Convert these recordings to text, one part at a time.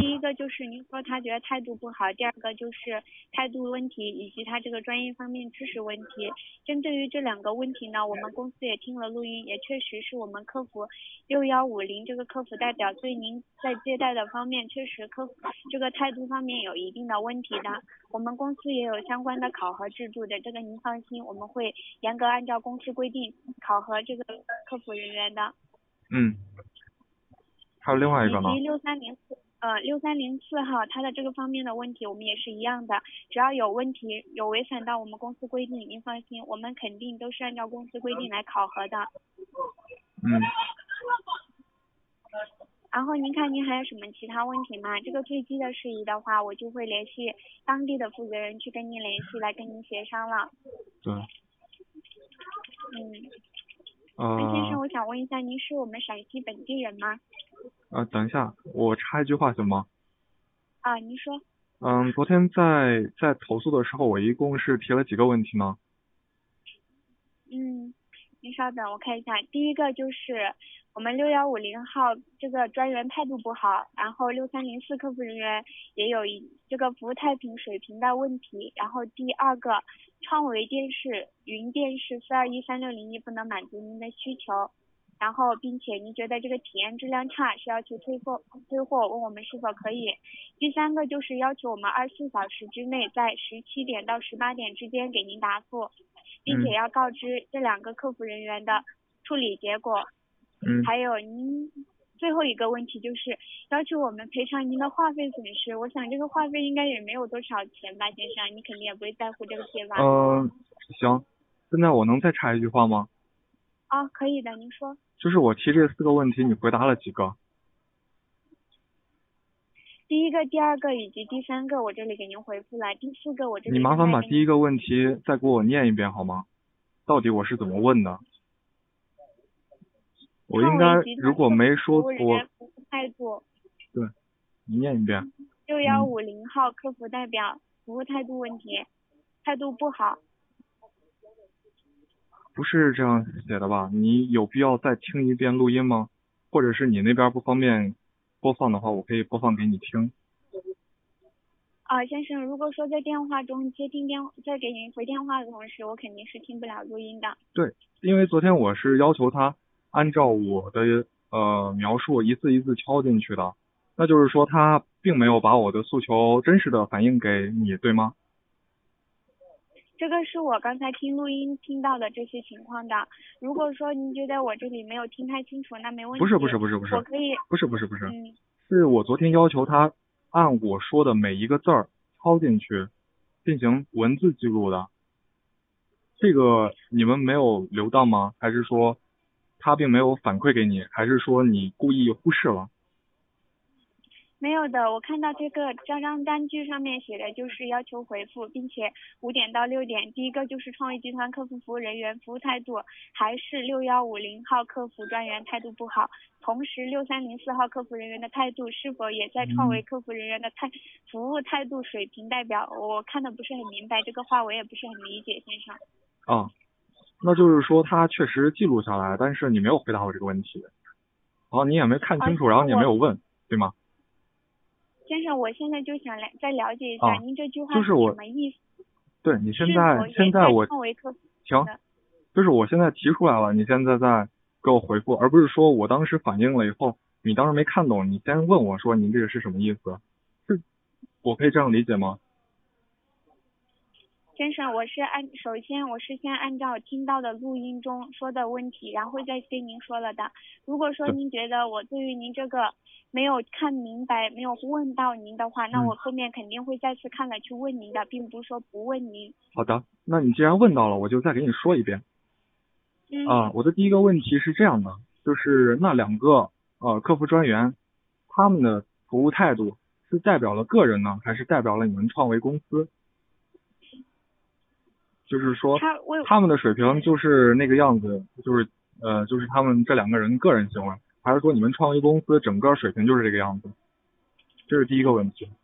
第一个就是您说他觉得态度不好，第二个就是态度问题以及他这个专业方面知识问题。针对于这两个问题呢，我们公司也听了录音，也确实是我们客服6150这个客服代表对您在接待的方面确实这个态度方面有一定的问题的。我们公司也有相关的考核制度的，这个您放心，我们会严格按照公司规定考核这个客服人员的。 还有另外一个呢？ 以及6304号他的这个方面的问题我们也是一样的，只要有问题有违反到我们公司规定，您放心，我们肯定都是按照公司规定来考核的。然后您看您还有什么其他问题吗？这个退机的事宜的话，我就会联系当地的负责人去跟您联系，来跟您协商了。 对。 那先生，我想问一下，您是我们陕西本地人吗？ 等一下，我插一句话行吗？ 您说。 昨天在投诉的时候，我一共是提了几个问题呢？ 您稍等，我看一下。第一个就是我们6150号这个专员态度不好，然后6304客服人员也有这个服务态评水平的问题。然后第二个，创维电视、云电视4213601不能满足您的需求。然后并且您觉得这个体验质量差，是要求退货，问我们是否可以。第三个就是要求我们24小时之内在17点到18点之间给您答复，并且要告知这两个客服人员的处理结果。还有您最后一个问题就是要求我们赔偿您的话费损失。我想这个话费应该也没有多少钱吧，先生，你肯定也不会在乎这个贴吧。 行，现在我能再插一句话吗？ 可以的，您说。 就是我提这4个问题，你回答了几个？ 第一个、第二个以及第三个我这里给您回复了，第4个我这里。 你麻烦把第一个问题再给我念一遍好吗？到底我是怎么问的？我应该如果没说错。 服务态度。 对，你念一遍。 6150号客服代表服务态度问题，态度不好。 不是这样写的吧？你有必要再听一遍录音吗？或者是你那边不方便播放的话，我可以播放给你听。 先生，如果说在电话中在给您回电话的同时，我肯定是听不了录音的。 对，因为昨天我是要求他按照我的描述一字一字敲进去的，那就是说他并没有把我的诉求真实的反映给你，对吗？ 这个是我刚才听录音听到的这些情况的。如果说您觉得我这里没有听太清楚，那没问题。 不是，我可以。不是，是我昨天要求他按我说的每一个字儿敲进去，进行文字记录的。这个你们没有留到吗？还是说他并没有反馈给你？还是说你故意忽视了？ 没有的，我看到这张单据上面写的就是要求回复，并且5点到6点，第一个就是创维集团客服服务人员服务态度还是6150号客服专员态度不好，同时6304号客服人员的态度是否也在创维客服人员的服务态度水平代表？我看的不是很明白，这个话我也不是很理解，先生。 那就是说他确实记录下来，但是你没有回答我这个问题，你也没看清楚，然后你也没有问，对吗？ 先生，我现在就想再了解一下，您这句话是什么意思？ 对，你现在我行，就是我现在提出来了，你现在再给我回复，而不是说我当时反映了以后，你当时没看懂，你先问我说您这个是什么意思？我可以这样理解吗？ 先生，首先我是先按照听到的录音中说的问题，然后再跟您说了的。如果说您觉得我对于您这个没有看明白，没有问到您的话，那我后面肯定会再次看了去问您的，并不是说不问您。 好的，那你既然问到了，我就再给你说一遍。我的第一个问题是这样的，就是那2个客服专员，他们的服务态度是代表了个人呢，还是代表了你们创维公司？就是说他们的水平就是那个样子，就是他们这2个人个人行为，还是说你们创维公司整个水平就是这个样子？这是第一个问题。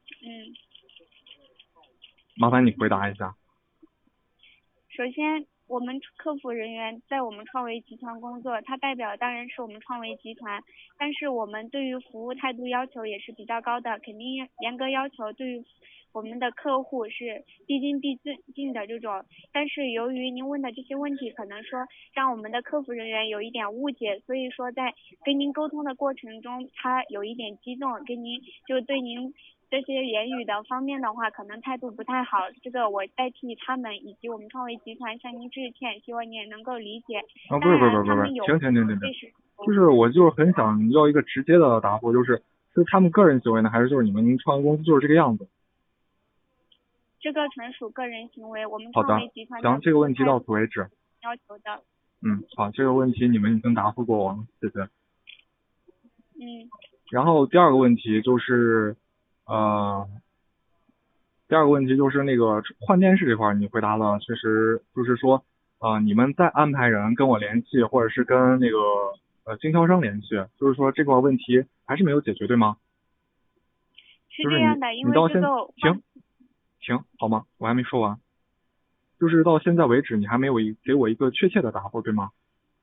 麻烦你回答一下。 首先我们客服人员在我们创维集团工作，他代表当然是我们创维集团，但是我们对于服务态度要求也是比较高的，肯定严格要求对于我们的客户是毕恭毕敬的这种。但是由于您问的这些问题可能说让我们的客服人员有一点误解，所以说在跟您沟通的过程中他有一点激动，跟您就对您这些言语的方面的话可能态度不太好，这个我代替他们以及我们创维集团向您致歉，希望你也能够理解。 不是，停，就是我就是很想要一个直接的答复，就是他们个人行为呢，还是就是你们创维公司就是这个样子？ 这个纯属个人行为，我们创维集团行，这个问题到此为止。 要求的。 好，这个问题你们已经答复过我了，谢谢。然后第二个问题就是那个换电视这块你回答了，确实就是说你们在安排人跟我联系，或者是跟那个经销商联系，就是说这个问题还是没有解决，对吗？ 是这样的，因为这个停好吗？我还没说完。就是到现在为止你还没有给我一个确切的答复，对吗？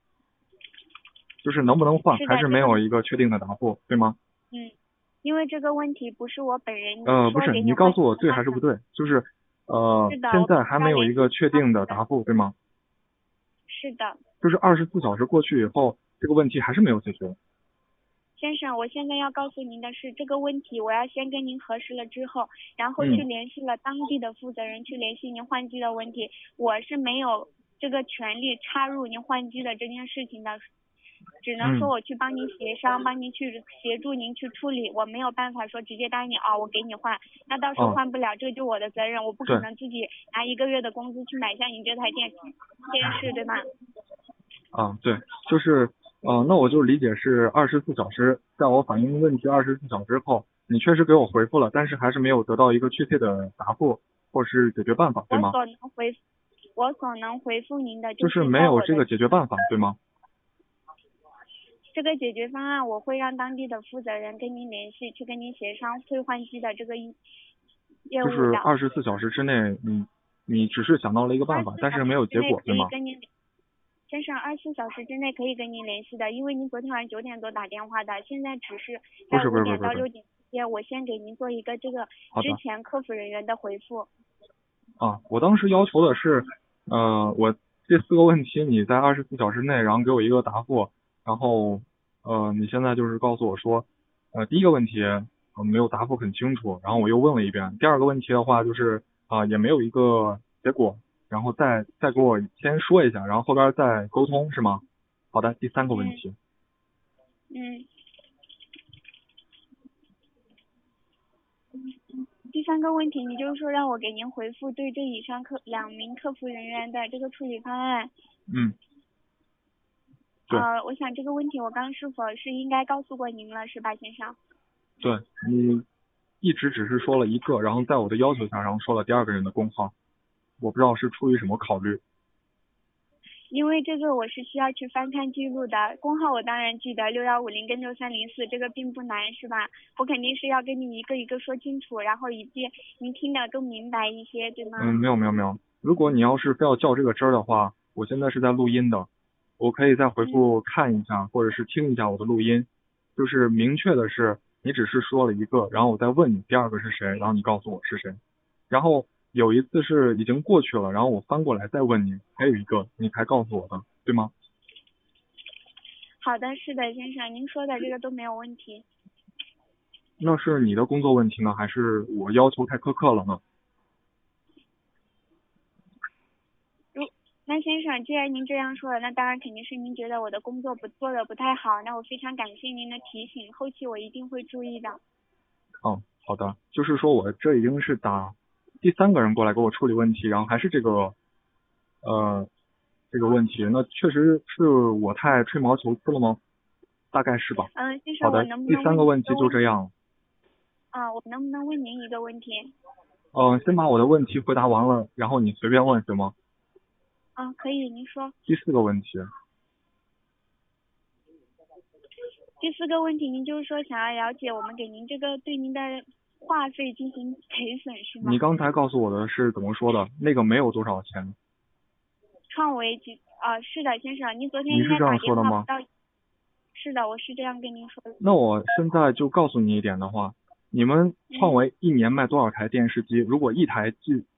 就是能不能换还是没有一个确定的答复，对吗？ 因为这个问题不是我本人不是，你告诉我对还是不对？就是现在还没有一个确定的答复，对吗？ 是的。 就是24小时过去以后，这个问题还是没有解决。 先生，我现在要告诉您的是，这个问题我要先跟您核实了之后，然后去联系了当地的负责人，去联系您换机的问题。我是没有这个权利插入您换机的这件事情的，只能说我去帮您协商，帮您去协助您去处理，我没有办法说直接答应你我给你换，那到时候换不了，这就我的责任，我不可能自己拿1个月的工资去买下您这台电视，对吗？ 对，就是那我就理解是24小时，在我反映问题24小时后，你确实给我回复了，但是还是没有得到一个确切的答复或是解决办法，对吗？ 我所能回复您的就是没有这个解决办法，对吗？ 这个解决方案我会让当地的负责人跟您联系，去跟您协商退换机的这个业务的。 就是24小时之内，你只是想到了一个办法，但是没有结果，对吗？ 先生，24小时之内可以跟您联系的，因为您昨天晚上9点多打电话的，现在只是在5点到6点之间，我先给您做一个这个之前客服人员的回复。 我当时要求的是，我这4个问题你在24小时内，然后给我一个答复，然后你现在就是告诉我说，第一个问题没有答复很清楚，然后我又问了一遍，第二个问题的话就是也没有一个结果。然后再给我先说一下，然后后边再沟通，是吗？好的，第3个问题。 第3个问题，你就是说让我给您回复对这以上2名客服人员的这个处理方案。 对。 我想这个问题我刚是否是应该告诉过您了，是吧，先生？ 对，你一直只是说了一个，然后在我的要求下，然后说了第2个人的工号。我不知道是出于什么考虑。 因为这个我是需要去翻看记录的，工号我当然记得6150跟6304，这个并不难，是吧？我肯定是要跟你一个一个说清楚，然后以及您听得更明白一些，对吗？ 没有。如果你要是非要较这个真儿的话，我现在是在录音的，我可以再回复看一下，或者是听一下我的录音，就是明确的是你只是说了一个，然后我再问你第2个是谁，然后你告诉我是谁，然后有一次是已经过去了，然后我翻过来再问你，还有一个你才告诉我的，对吗？ 好的，是的，先生，您说的这个都没有问题。 那是你的工作问题呢，还是我要求太苛刻了呢？ 那先生，既然您这样说了，那当然肯定是您觉得我的工作做得不太好，那我非常感谢您的提醒，后期我一定会注意的。 好的，就是说我这已经是打第3个人过来给我处理问题，然后还是这个问题，那确实是我太吹毛求疵了吗？大概是吧。 先生， 好的，第3个问题就这样。 我能不能问您一个问题？ 先把我的问题回答完了，然后你随便问，行吗？ 可以，您说。 第4个问题。 第4个问题，您就是说想要了解我们给您这个对您的话费进行赔损是吗？ 你刚才告诉我的是怎么说的？那个没有多少钱。 创维是的，先生，您昨天应该打电话到。是的，我是这样跟您说的。 那我现在就告诉你一点的话，你们创维一年卖多少台电视机？如果一台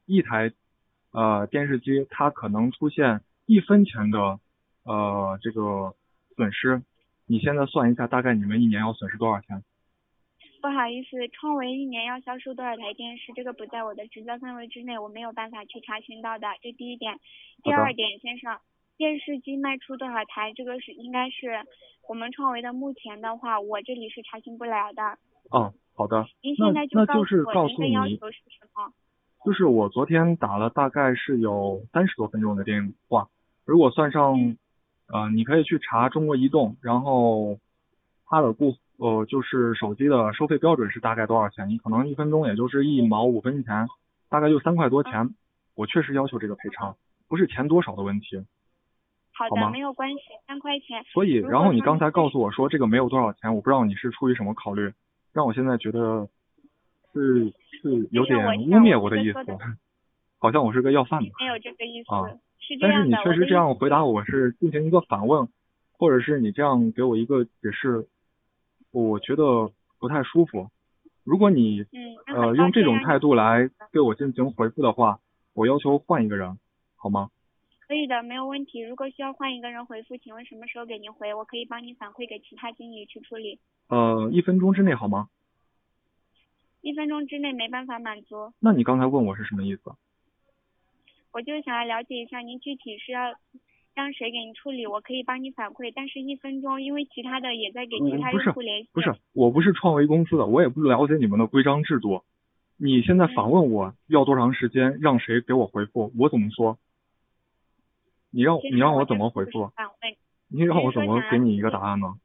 电视机它可能出现1分钱的这个损失，你现在算一下，大概你们一年要损失多少钱？ 不好意思，创维一年要销售多少台电视，这个不在我的职责范围之内，我没有办法去查询到的，这第一点。第二点，先生，电视机卖出多少台，这个应该是我们创维的目前的话，我这里是查询不了的。 哦，好的。 您现在那就是告诉你， 您的要求是什么？ 就是我昨天打了大概是有30多分钟的电话，如果算上你可以去查中国移动，然后它的就是手机的收费标准是大概多少钱？你可能1分钟也就是1毛5分钱，大概就3块多钱。我确实要求这个赔偿，不是钱多少的问题。 好的，没有关系，3块钱。 所以，然后你刚才告诉我说这个没有多少钱，我不知道你是出于什么考虑，让我现在觉得是有点污蔑我的意思，好像我是个要饭的。 没有这个意思，是这但是样的。 你确实这样回答我是进行一个反问，或者是你这样给我一个解释，我觉得不太舒服。如果你用这种态度来对我进行回复的话，我要求换一个人，好吗？ 可以的，没有问题。如果需要换一个人回复，请问什么时候给您回？我可以帮您反馈给其他经理去处理。 1分钟之内好吗 ？1分钟之内没办法满足。 那你刚才问我是什么意思？ 我就想要了解一下您具体是要让谁给您处理，我可以帮你反馈，但是1分钟，因为其他的也在给其他用户联系。 不是，我不是创维公司的，我也不了解你们的规章制度。你现在反问我要多长时间，让谁给我回复，我怎么说？你让我怎么回复？你让我怎么给你一个答案呢？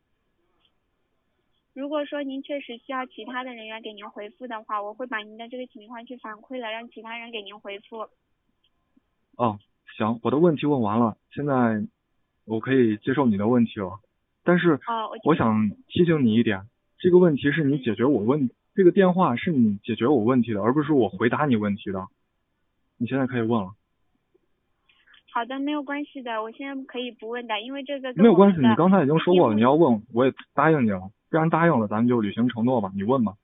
如果说您确实需要其他的人员给您回复的话，我会把您的这个情况去反馈了，让其他人给您回复。 哦，行，我的问题问完了，现在我可以接受你的问题了。但是我想提醒你一点，这个问题是你解决这个电话是你解决我问题的，而不是我回答你问题的。你现在可以问了。 好的，没有关系的，我现在可以不问的，因为这个没有关系，你刚才已经说过了，你要问我也答应你了，既然答应了，咱们就履行承诺吧，你问吧。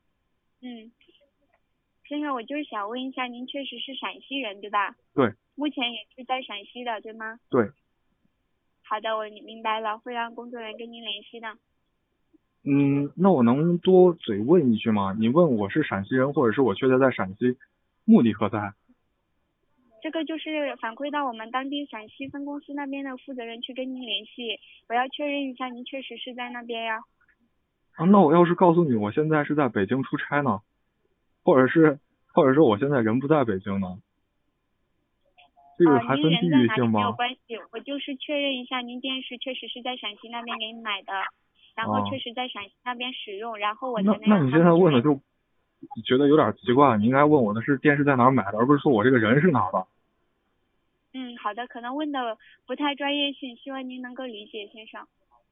先生，我就是想问一下，您确实是陕西人对吧？ 对。 目前也是在陕西的对吗？ 对。 好的，我明白了，会让工作人员跟您联系的。 那我能多嘴问一句吗？你问我是陕西人，或者是我确切在陕西，目的何在？ 这个就是反馈到我们当地陕西分公司那边的负责人去跟您联系，我要确认一下您确实是在那边呀。 那我要是告诉你我现在是在北京出差呢，或者是我现在人不在北京呢，这个还分地域性吗？ 没有关系，我就是确认一下您电视确实是在陕西那边给你买的，然后确实在陕西那边使用，然后我才能。 那你现在问的就觉得有点奇怪，你应该问我的是电视在哪儿买的，而不是说我这个人是哪儿的。 好的，可能问的不太专业性，希望您能够理解，先生。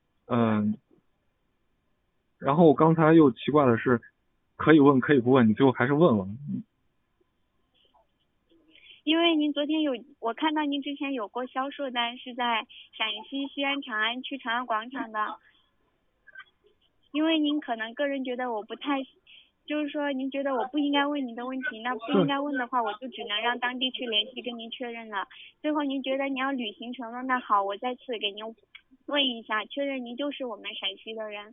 然后我刚才又奇怪的是，可以问可以不问，你最后还是问了。 因为您昨天我看到您之前有过销售单是在陕西西安长安区长安广场的，因为您可能个人觉得我不太，就是说您觉得我不应该问您的问题，那不应该问的话，我就只能让当地去联系跟您确认了。最后您觉得你要履行承诺，那好，我再次给您问一下，确认您就是我们陕西的人。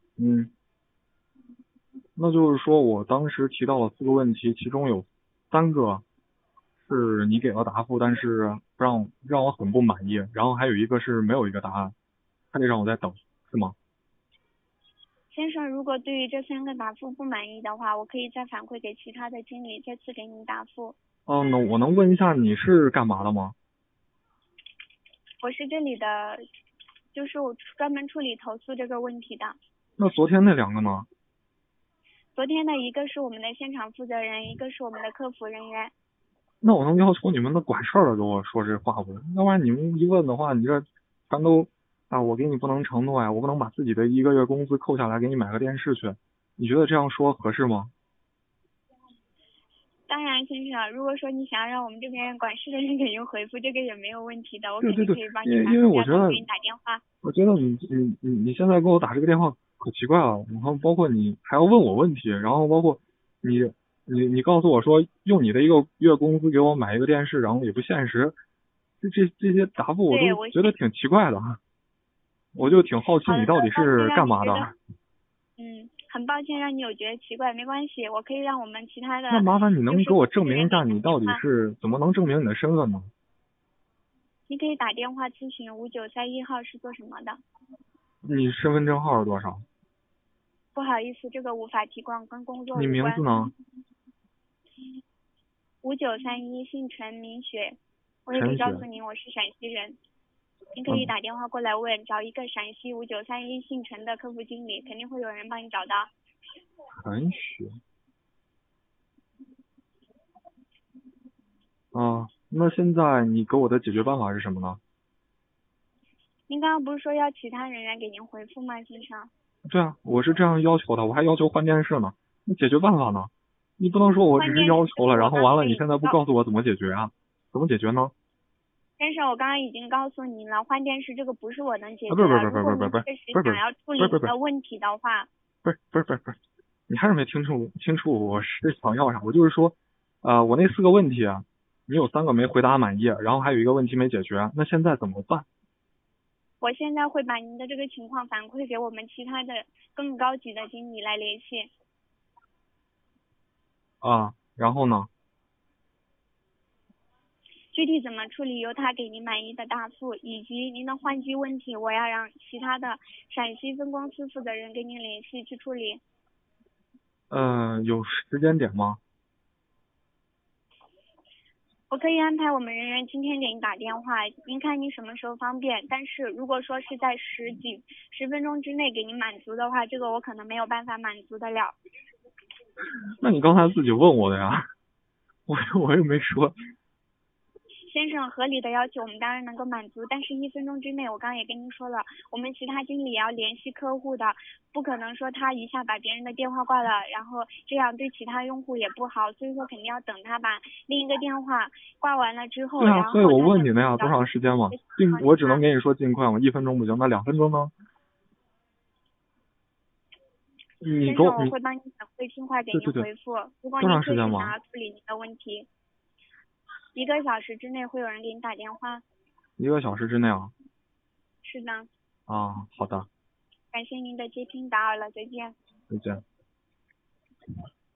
那就是说我当时提到了4个问题，其中有3个是你给了答复，但是让我很不满意，然后还有一个是没有一个答案，还得让我再等，是吗？ 先生，如果对于这3个答复不满意的话，我可以再反馈给其他的经理，再次给您答复。 那我能问一下你是干嘛的吗？ 我是这里的，就是我专门处理投诉这个问题的。 那昨天那2个呢？ 昨天的一个是我们的现场负责人，一个是我们的客服人员。 那我能要求你们的管事儿的给我说这话不？要不然你们一问的话，你这全都我给你不能承诺呀，我不能把自己的1个月工资扣下来给你买个电视去，你觉得这样说合适吗？ 当然然，先生，如果说你想要让我们这边管事的人给您回复，这个也没有问题的，我肯定可以帮你把因为我觉得给你打电话。 我觉得你现在给我打这个电话可奇怪了，然后包括你还要问我问题，然后包括你告诉我说用你的一个月工资给我买一个电视，然后也不现实，这些答复我都觉得挺奇怪的，我就挺好奇你到底是干嘛的。 很抱歉让你有觉得奇怪，没关系，我可以让我们其他的。 那麻烦你能给我证明一下你到底是怎么能证明你的身份呢？ 你可以打电话咨询5931号是做什么的。 你身份证号是多少？ 不好意思，这个无法提供，跟工作无关。 你名字呢 ？5931姓陈，名雪。我也可以告诉您，我是陕西人。您可以打电话过来问，找一个陕西5931姓陈的客服经理，肯定会有人帮你找到。 陈雪。那现在你给我的解决办法是什么呢？ 您刚刚不是说要其他人员给您回复吗，先生？ 对啊，我是这样要求的，我还要求换电视呢。那解决办法呢？你不能说我只是要求了，然后完了你现在不告诉我怎么解决啊？怎么解决呢？ 先生，我刚刚已经告诉您了，换电视这个不是我能解决的。 不是， 如果您确实想要处理你的问题的话， 不是，你还是没听清楚我是想要啥？我就是说，我那4个问题啊，你有3个没回答满意，然后还有1个问题没解决，那现在怎么办？ 我现在会把您的这个情况反馈给我们其他的更高级的经理来联系。 然后呢？ 具体怎么处理由他给您满意的答复，以及您的换机问题，我要让其他的陕西分公司负责人跟您联系去处理。 有时间点吗？ 我可以安排我们人员今天给您打电话，您看您什么时候方便。但是如果说是在10分钟之内给您满足的话，这个我可能没有办法满足得了。 那你刚才自己问我的呀，我也没说。 先生，合理的要求我们当然能够满足，但是1分钟之内，我刚刚也跟您说了，我们其他经理也要联系客户的，不可能说他一下把别人的电话挂了，然后这样对其他用户也不好，所以说肯定要等他把另一个电话挂完了之后。 对啊，所以我问你的呀，多长时间嘛？我只能跟你说尽快嘛，1分钟不行，那2分钟呢？ 先生，我会帮你反馈，尽快给您回复。如果您确实想要处理您的问题，1个小时之内会有人给你打电话。 1个小时之内啊？ 是的。 好的。 感谢您的接听，打扰了，再见。 再见。